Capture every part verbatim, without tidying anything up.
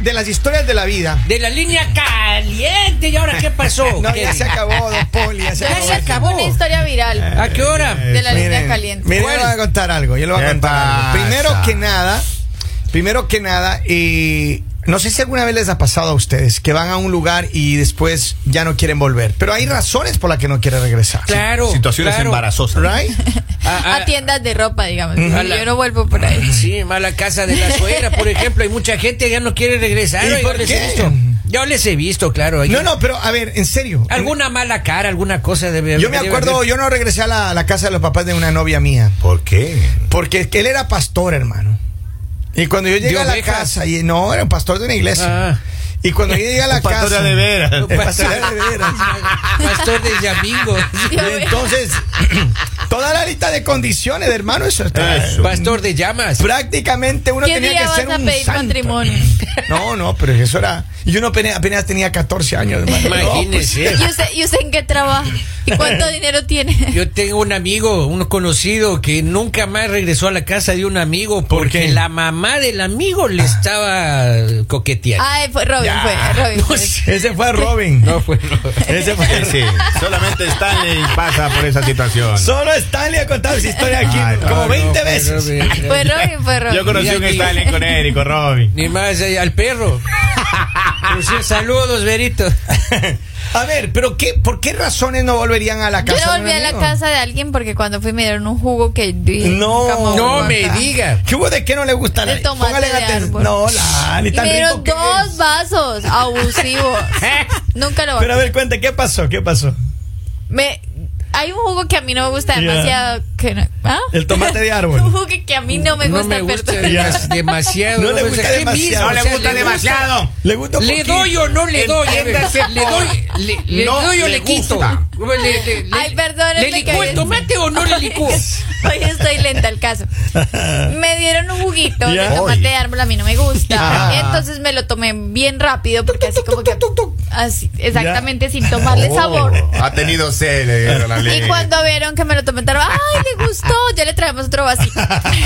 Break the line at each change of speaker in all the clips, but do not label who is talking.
de las historias de la vida.
De la línea caliente. ¿Y ahora qué pasó?
No,
¿Qué?
ya se acabó, don Poli. Ya se
Ya
acabó.
se acabó.
Una historia viral
¿A qué hora?
de la
Miren,
línea caliente.
Miren, yo
¿Cuál?
le voy a contar algo. Yo le voy a
¿Qué
contar algo.
pasa?
Primero que nada, primero que nada, y no sé si alguna vez les ha pasado a ustedes que van a un lugar y después ya no quieren volver, pero hay razones por las que no quieren regresar.
Claro.
Situaciones
claro.
embarazosas.
Right?
A,
A tiendas de ropa, digamos.
A la-
Yo no vuelvo por ahí.
Sí, a la casa de la suegra, por ejemplo. Hay mucha gente que ya no quiere regresar.
¿Y
Yo
por
les
qué?
he visto. Yo les he visto, claro. Ahí-
No, no, pero a ver, en serio.
Alguna mala cara, alguna cosa debe
Yo me
debe
acuerdo,
haber.
yo no regresé a la, a la casa de los papás de una novia mía,
¿Por qué?
porque él era pastor, hermano. Y cuando yo llegué
¿De
a la
ovejas?
casa, y no, era un pastor de una iglesia.
Ah.
Y cuando yo llegué a la
Un pastor
casa.
de veras.
Un pastor de veras.
Pastor de Yamingo.
Y entonces, toda la lista de condiciones, hermano, eso está.
Eso.
Pastor de llamas.
Prácticamente uno
¿Qué
tenía
día
que
vas
ser
a
un
pedir
santo.
matrimonio?
No, no, pero eso era. Y uno apenas, apenas tenía catorce años, hermano.
Imagínese.
¿Y usted, ¿Y usted en qué trabaja? ¿Y cuánto dinero tiene?
Yo tengo un amigo, un conocido, que nunca más regresó a la casa de un amigo
¿Por
porque
qué?
la mamá del amigo le estaba coqueteando.
Ay, fue Robin,
Ya.
fue Robin.
No
fue.
sé.
Ese fue Robin.
No fue.
Ese fue
Sí, sí. Solamente Stanley pasa por esa situación.
Solo Stanley ha contado esa historia aquí
Ay, no,
como
No,
veinte
no, fue
veces.
Robin.
Fue Robin, fue Robin.
Yo conocí
Y
un
aquí-
Stanley con Eric, con Robin.
Ni más eh, al perro. Pues sí, saludos, Verito.
A ver, pero qué, ¿por qué razones no volverían a la
Yo
casa?
no
de un
volví a la
amigo?
casa de alguien porque cuando fui me dieron un jugo que dije,
No,
nunca me
No
vuelvo
me
acá.
diga.
¿Qué hubo de qué no le gusta?
De tomate
Póngale
de
atención.
árbol.
No, la, ni
Y
tan
me
rico
dieron
que
dos
es.
vasos abusivos. Nunca lo
Pero a ver, cuente, ¿qué pasó? ¿Qué pasó?
me Hay un jugo que a mí no me gusta
Ya.
demasiado. Que no- ¿Ah?
El tomate de árbol.
Un jugo que, que a mí no me
No
gusta,
me gusta
perdón.
demas- demasiado.
No le
o
gusta
sea, ¿qué
demasiado.
mismo?
No
O
le
sea,
gusta demasiado.
¿Le gusta un
¿Le
poquito?
doy o no le doy? A ver,
Entiéndase
¿Le
por-
doy, le, le
no
doy o
le
le quito?
gusta.
Le, le- le-
Ay, perdónenme
¿Le
que
licuó el
hoy-
tomate o no le licuó?
Hoy estoy lenta al caso. Me dieron un juguito
Ya.
de tomate de árbol, a mí no me gusta.
Ah.
Entonces me lo tomé bien rápido porque así como que
tuc, tuc.
así, exactamente sin tomarle
Oh,
sabor.
Ha tenido sed, le dieron la
Y
ley.
cuando vieron que me lo tomé, entraron, ay, le gustó, ya le traemos otro vasito.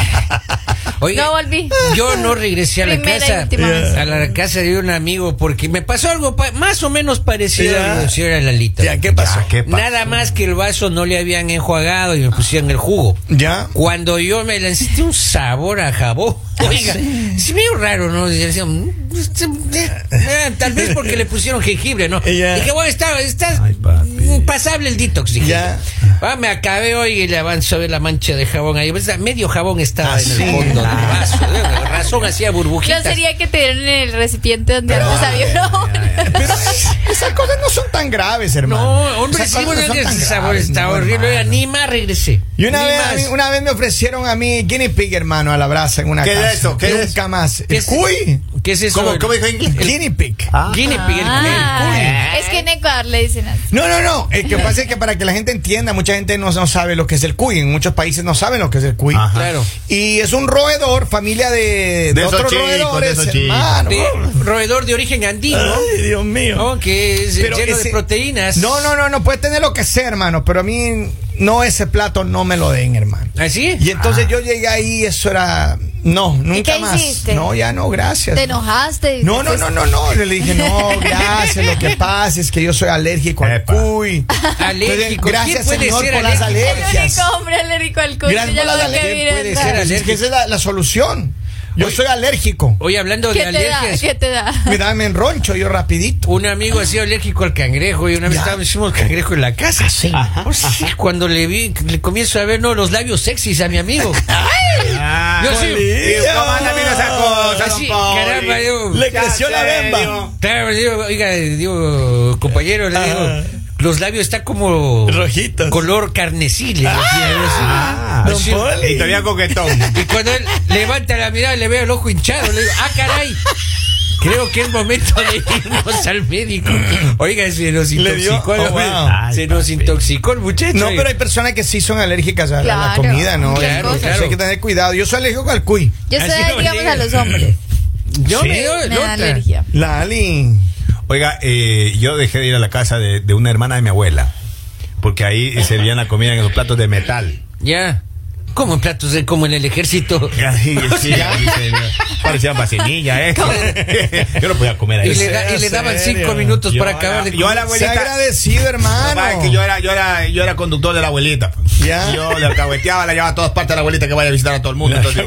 Oiga,
No volví.
Yo no regresé a la
Primera y
casa,
última
vez.
a la casa de un amigo porque me pasó algo pa- más o menos parecido
Ya.
a lo que señora Lalita.
Ya, ¿qué pasó?
Ya, ¿qué pasó?
Nada más que el vaso no le habían enjuagado y me pusieron el jugo.
¿Ya?
Cuando yo me lancé un sabor a jabón. Oiga, es medio raro, ¿no? Y decía, "Mm, este, eh, eh, tal vez porque le pusieron jengibre, ¿no?"
Ya.
Dije, bueno, está, está
Ay, papi.
mm, pasable el detox, dije.
Ya.
Ah, me acabé hoy y le avanzó la mancha de jabón ahí. O sea, medio jabón estaba
Ah,
en
sí.
el fondo del vaso. De razón hacía
No
burbujitas.
sería que te dieron en el recipiente donde antes había una
Pero esas cosas no son tan graves, hermano.
No, hombre,
Esas
sí,
cosas
bueno,
no son
ese
tan
sabor
graves,
está
no,
horrible. Oiga,
hermano.
ni más regresé.
Y una
Ni
vez,
más.
a mí- una vez me ofrecieron a mí guinea pig, hermano, a la brasa en una
¿Qué es
casa.
eso? ¿Qué es?
Nunca más.
¿Qué
¿El
es-
cuy?
¿Qué es eso?
¿Cómo, cómo dijo en inglés?
Guinea pig.
Ah.
Guinea pig, el- el
Ah,
cuy.
es que en Ecuador le dicen así.
No, no, no. El que pasa es que para que la gente entienda, mucha gente no, no sabe lo que es el cuy. En muchos países no saben lo que es el cuy.
Ajá.
Claro.
Y es un roedor, familia de,
De esos
otros
chicos, de
roedores,
esos chicos.
hermano.
De roedor de origen andino.
Ay, Dios mío.
¿no? Que es
Pero
lleno
ese-
de proteínas.
No, no, no, no puede tener lo que sea, hermano. Pero a mí, no, ese plato no me lo den, hermano.
¿Así?
Y entonces yo llegué ahí, eso era. No, nunca
qué
más.
hiciste?
No, ya no, gracias.
¿Te enojaste?
No, no, no, no, no. Le dije, no, gracias. Lo que pasa es que yo soy alérgico al
Epa.
cuy.
Alérgico.
Gracias,
¿Quién puede
señor,
ser
por las
alérgico?
El
alergias.
único hombre alérgico al cuy.
Gracias
Ya
por
lo
las
que
alergias.
miren,
Puede
¿no?
ser
Es que esa es la, la solución. Yo
Oye.
soy alérgico.
Oye, hablando
¿Qué
de
te da?
alergias.
¿Qué te da?
Mira, me enroncho yo rapidito.
Un amigo ha sido alérgico al cangrejo y una vez
Ya.
estábamos hicimos cangrejo en la casa.
sí.
Oh, sí, cuando le vi, le comienzo a ver no los labios sexys a mi amigo.
Ah,
Yo sí.
¿y ¿Cómo anda viendo esas cosas,
Así,
don Poli?
caramba, yo.
Le
Ya
creció la
sé,
bemba.
digo.
Claro, digo, oiga, digo, compañero, le digo,
Ah.
los labios están como
Rojitos.
color carnesí, le decía yo así.
Ah,
Don
Así.
Poli.
Y todavía coquetón.
Y cuando él levanta la mirada y le veo el ojo hinchado, le digo, ah, caray. Creo que es momento de irnos al médico. Oiga, se nos
Le dio-
intoxicó.
oh,
el-
wow.
Se nos intoxicó el muchacho.
No,
oiga.
pero hay personas que sí son alérgicas a la- a la
Claro,
comida, ¿no?
muchas
Claro,
cosas.
claro.
Hay que tener cuidado. Yo soy alérgico al cuy.
Yo
Así
soy,
no
digamos,
diga.
a los hombres.
Yo
¿Sí?
me doy
Me
la
da
otra.
alergia.
La Ali.
Oiga, eh, yo dejé de ir a la casa de, de una hermana de mi abuela. Porque ahí servían la comida en esos platos de metal.
Ya. Como en platos, de, como en el ejército.
Ay, sí, sí, parecía vacinilla, ¿eh? Yo no podía comer ahí.
Y le, da- y le daban cinco minutos
Yo
para
era-
acabar de
yo a la
comer.
Se
abuelita-
agradecido,
Lo
hermano.
que pasa es que yo era, yo era, yo era conductor de la abuelita.
Ya.
Yo le alcahueteaba, la llevaba a todas partes a la abuelita que vaya a visitar a todo el mundo. Entonces,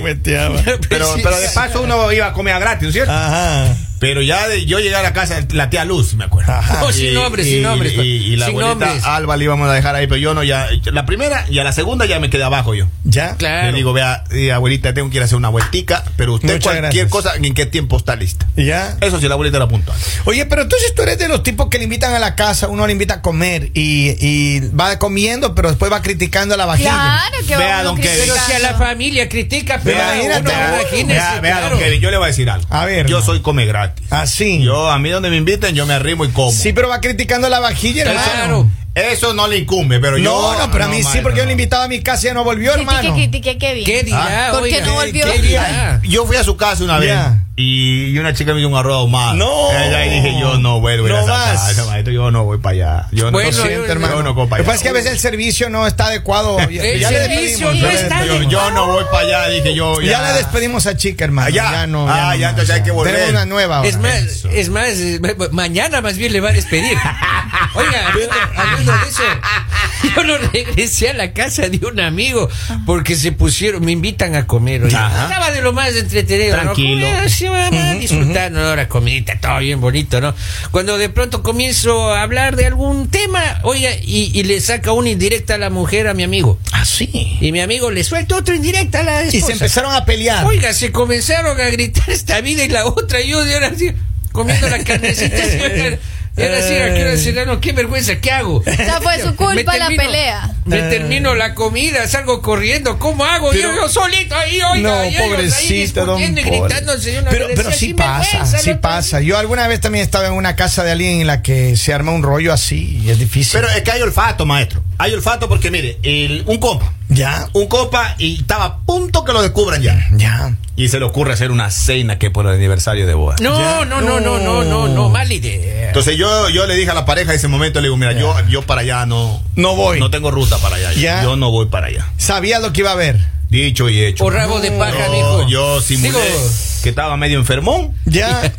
pero, pero de paso uno iba a comer a gratis, ¿cierto?
Ajá.
Pero ya de, yo llegué a la casa, la tía Luz, me acuerdo.
Ajá.
No, sin nombres, sin nombres.
Y, y la
Sin
abuelita
nombres.
Alba le íbamos a dejar ahí, pero yo no, ya. La primera y a la segunda ya me quedé abajo yo.
Ya.
Claro.
Le digo, vea, eh, abuelita, tengo que ir a hacer una vueltica, pero usted
Muchas
cualquier
gracias.
cosa, ¿en qué tiempo está lista?
Ya.
Eso sí, la abuelita era puntual.
Oye, pero entonces tú eres de los tipos que le invitan a la casa, uno le invita a comer y, y va comiendo, pero después va criticando a la vajilla.
Claro que
Vea,
vamos
don Kevin.
Pero si a la familia critica, pero
Vea,
uno,
imagínate,
imagínese,
Vea, vea,
claro.
don Kevin, yo le voy a decir algo.
A ver,
Yo
hermano.
soy come gratis.
Así.
Yo, a mí donde me inviten, yo me arrimo y como.
Sí, pero va criticando a la vajilla, hermano.
Claro.
Eso no le incumbe, pero
No,
yo.
no, pero a mí sí,
maestro,
porque yo
no.
le invitaba a mi casa y ya no volvió,
Critique,
hermano.
critique, Kevin.
¿Qué dirá?
¿Por qué
Oiga?
no volvió?
¿Qué dirá?
Yo fui a su casa una vez
Ya.
y una chica me hizo un arroz ahumado.
No.
Y ahí dije, yo no vuelvo a ir
No
a esa
más.
casa, maestro, yo no voy para allá. Yo no,
Bueno,
lo siento,
yo-
hermano. Yo no voy para
Lo que
allá.
pasa es que a veces el servicio no está adecuado. Ya,
El
ya le
servicio
despedimos,
no
ya le
está
despedimos.
yo, yo no voy para allá, dije yo.
Ya le despedimos a Chica, hermano.
Ah, ya.
Ya no.
Ah,
no
ya,
más,
entonces hay que volver.
Tenemos una nueva ahora.
Es más,
Eso.
es más, eh, ma- mañana más bien le va a despedir. Oiga, hablando, hablando de eso, yo no regresé a la casa de un amigo porque se pusieron, me invitan a comer. Oiga.
Ajá.
Estaba de lo más entretenido,
Tranquilo.
¿no? Sí, va, va, disfrutando ¿no? la comidita, todo bien bonito, ¿no? Cuando de pronto comienzo a hablar de algún tema, oiga, y, y le saca una indirecta a la mujer a mi amigo.
Ah, sí.
Y mi amigo le suelta otra indirecta a la esposa.
Y se empezaron a pelear.
Oiga, se comenzaron a gritar esta vida y la otra, y yo de ahora así, comiendo la carnecita, así, era- era así, aquí era así, no, qué vergüenza, ¿qué hago?
O sea, fue su culpa
Me
la
termino-
pelea.
Me
Eh.
termino la comida, salgo corriendo, ¿cómo hago?
Pero-
yo, yo solito ahí, oiga,
No,
y ellos ahí
pobrecito, don
discutiendo y
Paul.
gritándose, yo no
Pero,
le
pero
decía,
sí
"Sin
pasa,
vergüenza,
sí
no,
pasa. Yo alguna vez también estaba en una casa de alguien en la que se arma un rollo así y es difícil.
Pero es que hay olfato, maestro. Hay olfato porque, mire, el, un compa.
ya,
Un compa y estaba a punto que lo descubran ya.
ya.
Y se le ocurre hacer una cena que por el aniversario de boda.
No,
Ya.
no, no, no, no, no, no, mala idea.
Entonces yo, yo le dije a la pareja en ese momento, le digo, mira, yo, yo para allá no,
No voy.
no tengo ruta para allá.
Ya.
Yo no voy para allá.
Sabía lo que iba a haber.
Dicho y hecho.
O rabo de paja,
No,
mijo.
yo simulé
Digo,
que estaba medio enfermón
Ya.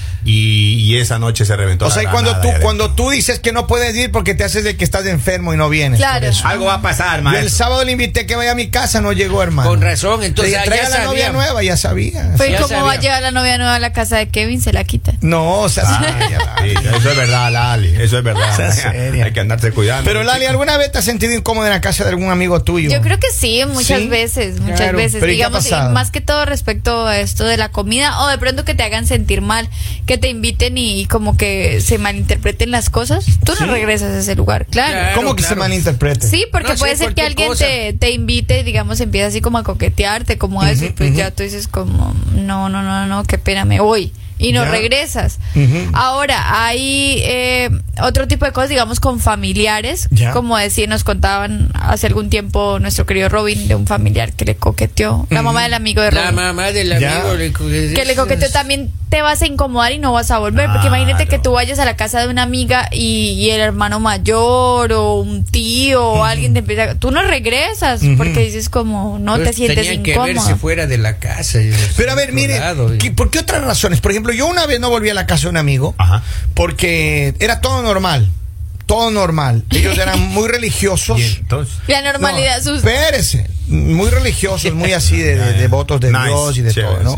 y, y esa noche se reventó
O
la
sea, y cuando
granada
tú,
de adentro.
cuando tú dices que no puedes ir porque te haces de que estás enfermo y no vienes.
Claro.
por eso.
Algo va a pasar,
Yo el
maestro.
sábado le invité que vaya a mi casa, no llegó, hermano.
Con razón, entonces
Le
ya
traiga la novia
sabía.
nueva, ya sabía.
Pues
Ya
¿cómo va a
sabía.
llevar la novia nueva a la casa de Kevin? Se la quita.
No, o sea,
Ah, sí, eso es verdad, Lali. Eso es verdad.
Sea seria.
Hay que andarse cuidando.
Pero Lali, ¿alguna vez te has sentido incómodo en la casa de algún amigo tuyo?
Yo creo que sí, muchas
¿Sí?
veces, muchas
Claro.
veces.
¿Pero y qué ha
Digamos, y
pasado?
más que todo respecto a esto de la comida o de pronto que te hagan sentir mal, que te inviten y, y como que se malinterpreten las cosas. Tú
¿Sí?
no regresas a ese lugar, claro.
Claro.
¿Cómo que se
claro.
malinterprete?
Sí, porque
No, sí,
puede ser que
cualquier
alguien
cosa.
te, te invite y digamos empieza así como a coquetearte, como eso, y pues ya tú dices como, no, no, no, no, qué pena, me voy. Y no
Ya.
regresas.
Ujú.
Ahora, hay eh, otro tipo de cosas, digamos, con familiares.
Ya.
Como decía, nos contaban hace algún tiempo nuestro querido Robin de un familiar que le coqueteó. La mamá del amigo de
La
Robin.
mamá del
Ya.
amigo le-
Que le coqueteó también te vas a incomodar y no vas a volver. Porque imagínate que
Claro.
tú vayas a la casa de una amiga y, y el hermano mayor o un tío o alguien te empieza. Tú no regresas porque dices como no te sientes
Tenían que
incómodo.
verse fuera de la casa. y-
Pero a ver,
otro
mire,
lado, y-
¿qué- ¿por qué otras razones? Por ejemplo, yo una vez no volví a la casa de un amigo
Ajá.
porque era todo normal, todo normal. Ellos eran muy religiosos.
Y entonces.
La normalidad,
No,
sus.
espérese, muy religiosos, muy así de, de, de votos de
Nice,
Dios y de
chévere,
todo, ¿no?
sí.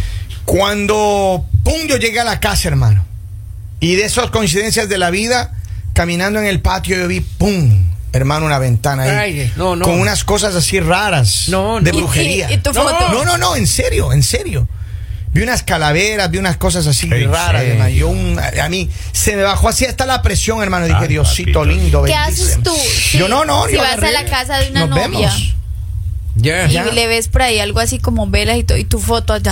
Cuando, pum, yo llegué a la casa, hermano, y de esas coincidencias de la vida, caminando en el patio, yo vi, pum, hermano, una ventana ahí,
Ay, no, no.
con unas cosas así raras,
No,
de
no.
brujería.
Y- y tu
No,
foto.
No, no, no, en serio, en serio. Vi unas calaveras, vi unas cosas así
¿En
raras,
serio?
hermano. Yo un- a mí se me bajó así hasta la presión, hermano. Dije,
Ay,
Diosito
papito.
lindo,
¿Qué
bendíceme.
haces tú? Si-
Yo no, no.
si
yo
vas a
agarré,
la casa de una
nos
novia.
vemos.
Ya.
Y
Ya.
le ves por ahí algo así como velas y, to- y tu foto allá.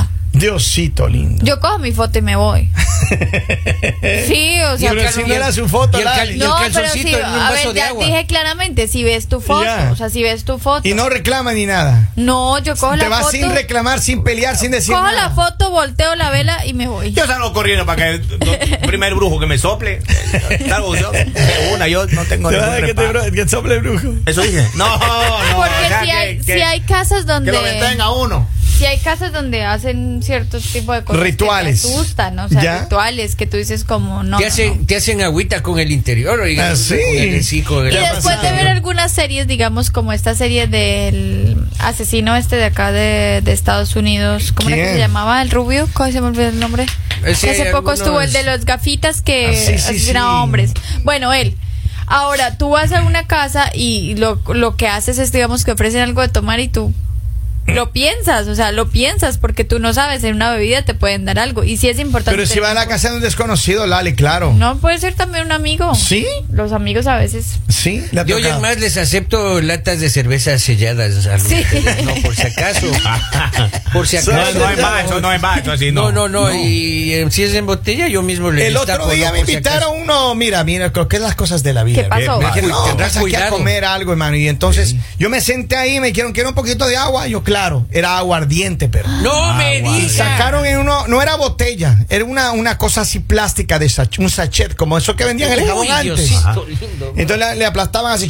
Diosito lindo.
Yo cojo mi foto y me voy. Sí, o sea,
pero si no era su foto,
y el,
Lali.
cal, y el
no, pero
calzoncito
sí,
en un
a
vaso
ver,
de
ya
agua.
dije claramente, si ves tu foto,
Ya.
o sea, si ves tu foto.
Y no reclama ni nada.
No, yo cojo
Te
la
vas
foto,
sin reclamar, sin pelear, sin decir
cojo
nada.
la foto, volteo la vela y me voy.
Yo salgo corriendo para que el primer brujo que me sople. Salgo yo. Una, yo no tengo
Te va a
ningún
dar que te
reparo.
bro- que sople brujo.
Eso dije. No, no.
Porque
o sea,
si,
que-
hay,
que-
si hay casas donde
que lo detenga uno.
si hay casas donde hacen ciertos tipos de cosas
Rituales.
que te asustan, o sea,
¿Ya?
rituales que tú dices como no.
te
no,
hacen,
no.
te hacen agüita con el interior, oiga.
Ah, sí.
Con el hocico de
Y
la
después de
pasada.
ver algunas series, digamos como esta serie del asesino este de acá de, de Estados Unidos, ¿cómo era que
¿Quién?
se llamaba? El rubio, ¿cómo se me olvidó el nombre?
Eh, sí,
Que hace
hay
poco
algunos-
estuvo el de los gafitas que
Ah, sí, sí,
asesinaba
sí.
hombres. Bueno, él. Ahora, tú vas a una casa y lo, lo que haces es, digamos, que ofrecen algo de tomar y tú lo piensas, o sea, lo piensas porque tú no sabes, en una bebida te pueden dar algo. Y sí es importante.
Pero si va a la casa de un desconocido, Lali, claro.
No, puede ser también un amigo.
¿Sí?
Los amigos a veces.
Sí, le ha
Yo ya
tocado.
más les acepto latas de cerveza selladas. a los-
Sí.
No, por si acaso. Por si acaso.
No, no es macho, no es macho, así
No,
no.
no, no, y eh, si es en botella, yo mismo le
El
destapo,
otro día
¿no?
me
Por si
invitaron
acaso.
uno, mira, mira, creo que es las cosas de la vida.
¿Qué pasó?
Me dijeron, no,
Tendrás
vas aquí a
cuidado.
comer algo, hermano. Y entonces yo me senté ahí, me dijeron, ¿quiero un poquito de agua? Yo, claro, era aguardiente, pero.
No me
Y
digas.
sacaron en uno, no era botella, era una, una cosa así plástica de sach- un sachet, como eso que vendían en el jabón
Uy,
antes.
Diosito lindo.
Entonces le, le aplastaban así.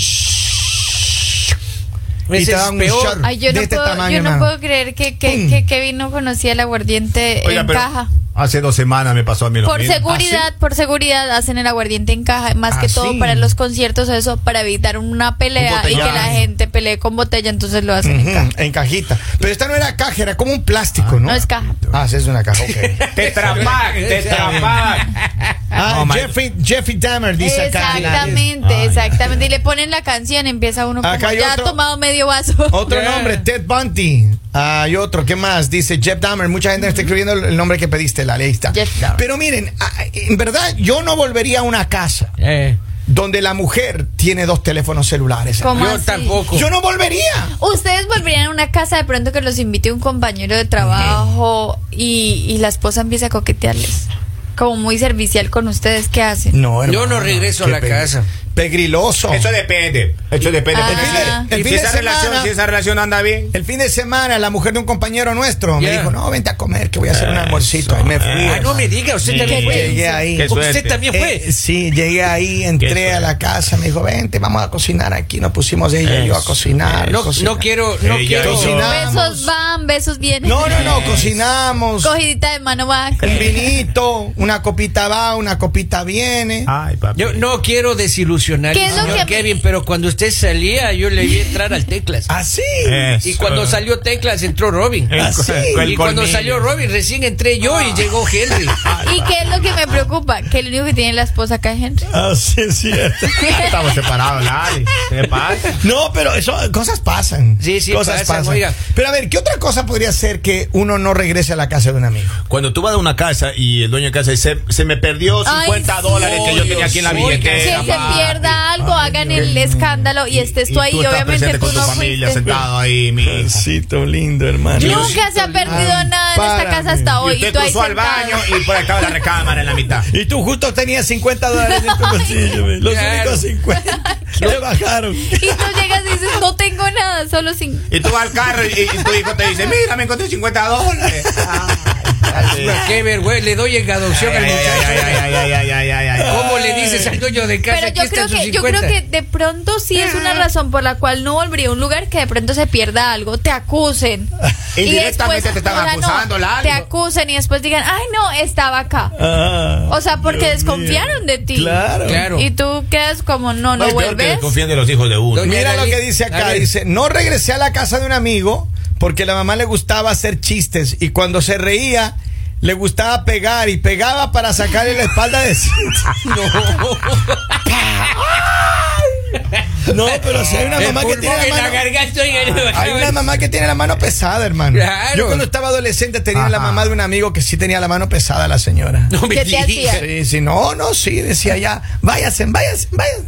Y
Ese
te
es
daban un
peor.
shot
Ay, yo
de
no,
este
puedo,
tamaño,
yo no
hermano.
puedo creer que, que,
Pum.
que Kevin no conocía el aguardiente
Oiga,
en
pero
caja.
hace dos semanas me pasó a mí lo
Por
mismo.
seguridad,
¿Ah, sí?
por seguridad hacen el aguardiente en caja, más
Ah,
que todo
sí.
para los conciertos o eso, para evitar una pelea y que
botellón.
la gente pelee con botella, entonces lo hacen en
Ujú,
caja.
en cajita. Pero esta no era caja, era como un plástico, ¿no?
No es caja.
Ah, sí, es una caja, ok.
Tetra Pak, Tetra Pak.
Ah,
Oh, my-
Jeffrey, Jeffrey Dahmer dice acá.
Exactamente,
Ay,
exactamente. Y le ponen la canción, empieza uno como
Acá hay
ya
otro-
ha tomado medio vaso.
Otro
Yeah.
nombre, Ted Bundy. Hay otro, ¿qué más? Dice Jeff Dahmer. Mucha gente está escribiendo el el nombre que pediste, la lista.
Jeff Dahmer.
Pero miren, ah, en verdad, yo no volvería a una casa
Eh,
donde la mujer tiene dos teléfonos celulares.
¿Cómo
yo
así?
tampoco.
Yo no volvería.
¿Ustedes volverían a una casa de pronto que los invite un compañero de trabajo y, y la esposa empieza a coquetearles? Como muy servicial con ustedes, ¿qué hacen?
No,
Yo no regreso a
qué
la
pe-
casa.
Pegriloso.
Eso depende. Eso depende.
Ah.
porque
El fin de-
el
si,
fin
si
de
esa
semana-
relación, si esa relación anda bien.
El fin de semana, la mujer de un compañero nuestro me
Yeah.
dijo, no, vente a comer, que voy a hacer un almuercito. Ahí me fui.
Ah, no me diga, usted
Sí.
también fue.
Llegué ahí.
Qué
Usted
suerte.
también fue.
Eh, sí, llegué ahí, entré
Qué
a la casa, me dijo, vente, vamos a cocinar aquí. Nos pusimos ella y yo a
Eso.
cocinar.
No,
cocinar.
no quiero, no
Ella
quiero.
cocina.
Besos van, besos vienen.
No, no, no, cocinamos.
Cogidita de mano va.
Un vinito, una copita va, una copita viene.
Ay, papi.
Yo no quiero desilusionar
¿Qué
al
es lo
señor
que-
Kevin, pero cuando usted salía, yo le vi entrar al Teclas.
Así.
Eso.
Y cuando salió Teclas, entró Robin.
El-
Así.
el
Y cuando
colmillo.
salió Robin, recién entré yo y llegó Henry.
¿Y qué es lo que me preocupa? Que el único que tiene la esposa acá es Henry.
Así es cierto.
Estamos separados, Lali. ¿Qué pasa?
No, pero eso, cosas pasan.
Sí, sí,
cosas
pasan, oiga.
Pero a ver, ¿qué otra cosa podría ser que uno no regrese a la casa de un amigo?
Cuando tú vas a una casa y el dueño de casa dice, se me perdió
Ay,
cincuenta
sí.
dólares que yo tenía aquí en la
Oiga,
Que
billetera.
se
papi.
pierda algo, hagan el escándalo y estés tú
Y
ahí.
tú estás
Obviamente
presente
tú
con tu
no
familia
fuiste.
sentado ahí, mi hija.
Besito lindo, hermano.
Nunca se ha perdido nada en esta casa hasta
Y
hoy.
usted
Y tú ahí
cruzó al
sentado.
baño y por ahí estaba la recámara en la mitad.
Y tú justo tenías cincuenta dólares en tu bolsillo, ve. Los
Claro.
únicos cincuenta le bajaron.
Y tú llegas y dices, no tengo nada, solo cinco.
Y tú vas al carro y, y tu hijo te dice, mira, me encontré cincuenta dólares. Ay,
Qué vergüenza, le doy en adopción al
ay,
muchacho.
ay, ay, ay, ay, ay, ay, ay.
¿Cómo le dices al dueño de casa?
Pero
Aquí
yo
están
creo
sus
que yo creo
cincuenta?
que de pronto sí es una razón por la cual no volvería a un lugar que de pronto se pierda algo, te acusen. Y
Indirectamente
después,
te están
o sea, no,
acusando, Lali.
te acusen y después digan, ay no, estaba acá.
Ah,
O sea, porque
Dios
desconfiaron
mío.
de ti.
Claro.
Claro.
Y tú quedas como, no, no
No es peor que
vuelves.
desconfíen de los hijos de uno.
Doña
Mira lo
Lali,
que dice
a
acá,
ver.
dice, no regresé a la casa de un amigo porque la mamá le gustaba hacer chistes y cuando se reía le gustaba pegar y pegaba para sacarle la espalda de
No.
No, pero si hay una
El
mamá que
pulmón
tiene
en
la
la
mano.
garganta, oiga,
Hay una mamá que tiene la mano pesada, hermano.
Claro.
Yo cuando estaba adolescente tenía
Ajá.
la mamá de un amigo que sí tenía la mano pesada, la señora.
No me
¿Qué te
digas.
hacía?
Sí, sí, no, no, sí, decía ya, váyanse, váyanse, váyanse.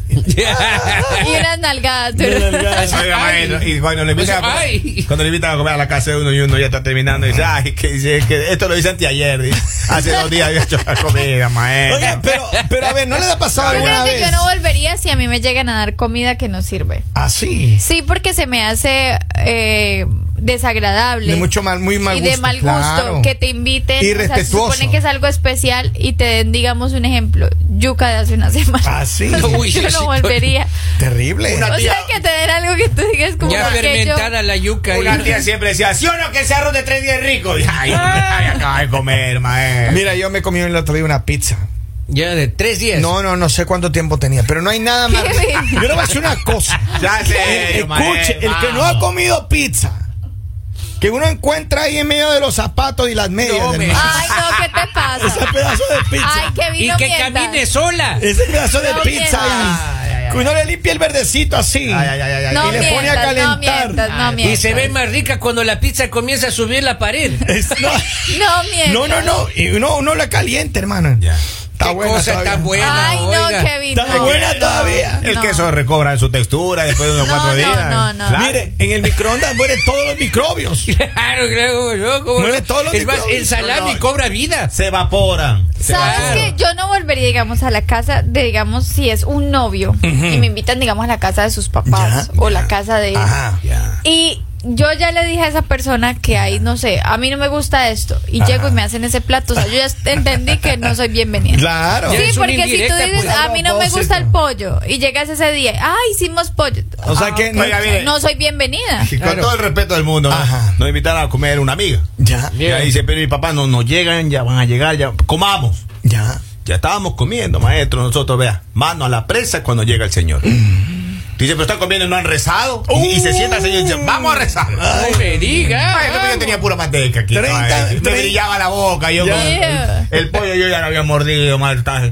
Y unas nalgadas. pero-
Oiga, maestro, y cuando le invitan a
Ay.
comer, cuando le invitan a comer a la casa de uno y uno ya está terminando, y dice, ay, que, dice, que esto lo hice anteayer, dice, hace dos días había hecho la comida, maestro.
Oiga, pero, pero a ver, ¿no les ha pasado
Yo
alguna
creo que
vez?
yo no volvería si a mí me llegan a dar comida que no sirve.
Así.
Sí, porque se me hace eh, desagradable.
De mucho mal, muy mal
y
gusto.
de mal gusto
claro.
que te inviten. O sea, se
Irrespetuoso.
supone que es algo especial y te den, digamos, un ejemplo, yuca de hace una semana.
Así.
Uy,
yo
sí,
no volvería.
Terrible.
Una
O
tía-
sea, que te den algo que tú digas como
Ya
que yo-
fermentada la yuca.
Una
y-
tía siempre decía, ¿sí o no que ese arroz de tres días es rico? Y, ay, ay, acaba de comer, maestro.
Mira, yo me comí el otro día una pizza.
Ya de tres días.
No, no, no sé cuánto tiempo tenía, pero no hay nada más.
Qué bien.
Yo le voy a decir una cosa.
Ya sé,
Escuche, el que no ha comido pizza, que uno encuentra ahí en medio de los zapatos y las medias,
No, me-
hermano.
Ay, no, ¿qué te
Ese
pasa?
pedazo de pizza.
Ay, que
Y
vino
que
mientas.
camine sola.
Ese pedazo de
No
pizza
mientas.
ahí.
Ay, ay, ay.
Que uno le limpia el verdecito así.
Ay, ay, ay, ay, ay.
No
y le pone a
mientas, no
calentar.
mientas, no
Y
mientas.
se ve más rica cuando la pizza comienza a subir la pared.
Es- no,
No mientas.
no, no, no. Y uno, uno la calienta, hermano.
Ya.
Está
Qué
buena
cosa
todavía.
tan buena.
Ay, no,
oiga.
Kevin.
Está
no.
buena todavía.
El
No.
queso recobra su textura después de unos
No,
cuatro
no,
días.
no, no.
Claro.
Mire, en el microondas mueren todos los microbios.
Claro, claro, no, ¿cómo
Muere
no?
todos los
Es más,
microbios.
el salami
No, no.
cobra vida.
Se evaporan. Se
¿Sabes
Claro.
qué? Yo no volvería, digamos, a la casa de, digamos, si es un novio y me invitan, digamos, a la casa de sus papás
Ya,
o
ya.
la casa de él.
Ajá.
Ya.
Y yo ya le dije a esa persona que ahí, no sé, a mí no me gusta esto. Y
Ajá.
llego y me hacen ese plato. O sea, yo ya entendí que no soy bienvenida.
Claro.
Ya
Sí,
es una
porque si tú
indirecta,
dices,
pues.
a mí no me gusta el pollo, y llegas ese día, ah, hicimos pollo.
O sea
Ah,
que
ok,
no-
Oiga, mire.
no soy bienvenida.
Y con
Claro.
todo el respeto del mundo, ¿no?
Ajá.
Nos invitaron a comer una amiga.
Ya,
Bien.
Ya dice, pero mi papá no nos llegan, ya van a llegar, ya comamos.
ya.
Ya estábamos comiendo, maestro, nosotros, vea, mano a la presa cuando llega el Señor. Dice, pero están comiendo y no han rezado. Y, y se sienta el Señor y dice, vamos a rezar.
No me diga.
Maestro, yo tenía pura manteca aquí.
Treinta,
maestro. Me
treinta.
brillaba la boca. Yo
Ya.
con-
Yeah.
el pollo yo ya lo había mordido, maestro.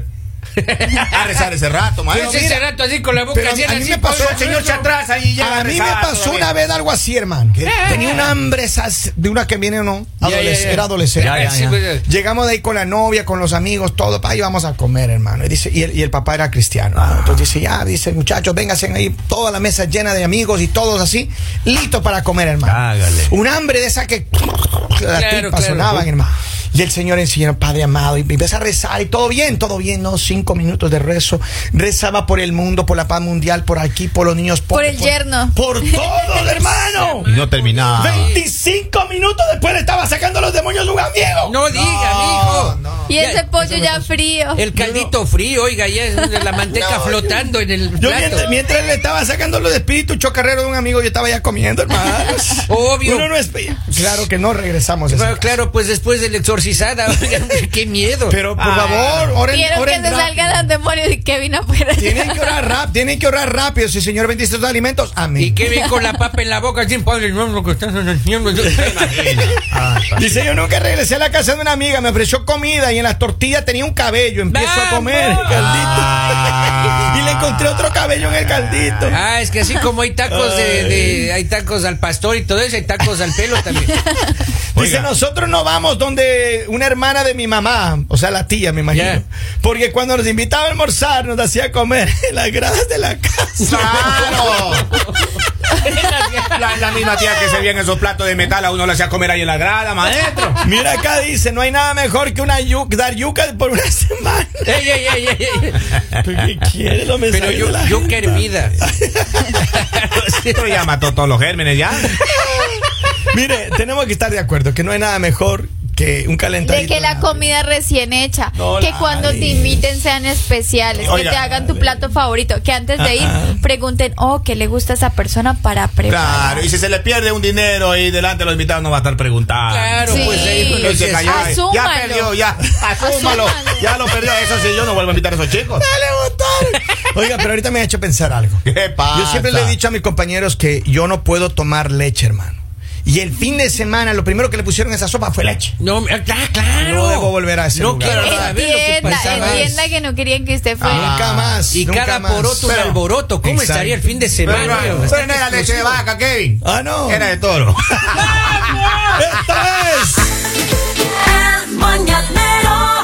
A rezar ese rato, maestro.
Pues ese rato así con la boca
pero a mí-
llena
a mí
así,
me pasó,
pobre
El señor se
maestro.
atrasa y llega
A mí me
rezar
pasó
todavía.
una vez algo así, hermano.
¿Qué?
Tenía una hambre esas de una que viene o no.
Ya, ya,
Adoles-
ya.
Era adolescente.
Ya, ya, Sí, ya. pues,
Llegamos de ahí con la novia, con los amigos, todo, pa, íbamos a comer, hermano. Y, dice, y, el, y el papá era cristiano.
Ah.
¿no? Entonces dice, ya, dice, muchachos, vénganse ahí, toda la mesa llena de amigos y todos así, listos para comer, hermano.
Hágale.
Un hambre de esa que las
Claro,
tripas
claro.
sonaban, hermano. Y el Señor enseñó, Padre amado, y empieza a rezar y todo bien, todo bien, no, cinco minutos de rezo. Rezaba por el mundo, por la paz mundial, por aquí, por los niños
Por
pobres,
el yerno.
Por todo, hermano.
Y no terminaba.
veinticinco minutos después le estaba sacando los demonios a un amigo.
No diga, mijo.
no.
Y
Ya,
ese pollo ya frío.
El caldito frío, oiga, ya es la manteca
No,
flotando en el
Yo
plato.
mientras, mientras le estaba sacando los espíritus chocarreros de un amigo, yo estaba ya comiendo, hermano.
Obvio.
Uno no es... Claro que no regresamos a ese
Bueno,
caso.
claro, pues después del exorcizada, oiga, qué miedo.
Pero por
Ah.
favor, oren,
Quiero que
oren
se
rápido.
salgan los demonios y Kevin afuera.
Tienen que orar rápido, tienen que orar rápido. Si el Señor bendice estos alimentos, amén.
Y que ven con la papa en la boca, sin padre, no, lo que estás haciendo.
Ah,
Dice, yo nunca regresé a la casa de una amiga, me ofreció comida y en las tortillas tenía un cabello. Empiezo a comer el
¡Vamos!
caldito. Y le encontré otro cabello en el caldito.
Ah, es que así como hay tacos de, de- hay tacos al pastor y todo eso, hay tacos al pelo también.
Dice,
Oiga.
nosotros no vamos donde una hermana de mi mamá, o sea, la tía, me imagino.
Ya.
Porque cuando nos invitaba a almorzar, nos hacía comer en las gradas de la casa.
¡Claro! La, la misma tía que servía en esos platos de metal a uno le hacía comer ahí en la grada, maestro.
Mira acá dice, no hay nada mejor que una yuca, dar yuca por una semana.
Ey, ey, ey, ey, ey.
¿Qué quiere los
Pero
mensajes
yo,
de la
yo
gente?
que hervida.
Esto ya mató todos los gérmenes ya.
Mire, tenemos que estar de acuerdo que no hay nada mejor que un calentadito.
De que la comida recién hecha,
No,
que
la-
cuando te inviten sean especiales,
Oiga,
que te hagan tu plato favorito, que antes de ir
Ajá.
pregunten, oh, ¿qué le gusta a esa persona para preparar?
Claro, y si se le pierde un dinero ahí delante de los invitados, no va a estar preguntando.
Claro,
Sí.
pues ahí uno
Él se
dice,
cayó, eh. Ya
Asúmalo.
perdió, ya. Asúmalo.
Asúmalo.
Ya lo perdió. Eso sí, yo no vuelvo a invitar a esos chicos.
Dale, botar. Oiga, pero ahorita me ha hecho pensar algo.
¿Qué pasa?
Yo siempre le he dicho a mis compañeros que yo no puedo tomar leche, hermano. y el fin de semana lo primero que le pusieron a esa sopa fue leche.
No, ah, claro.
No debo volver a ese
No
lugar.
quiero saber lo que
Entienda,
pasaba.
entienda que no querían que usted fuera.
Nunca más.
Y
nunca
cada
más.
poroto un
Pero-
alboroto. ¿Cómo
Exacto.
estaría el fin de
Pero,
semana?
pero,
Bastante
pero no era leche de
explosivo.
vaca, Kevin.
Ah, no.
Era de toro.
¡Esto es!
El mañanero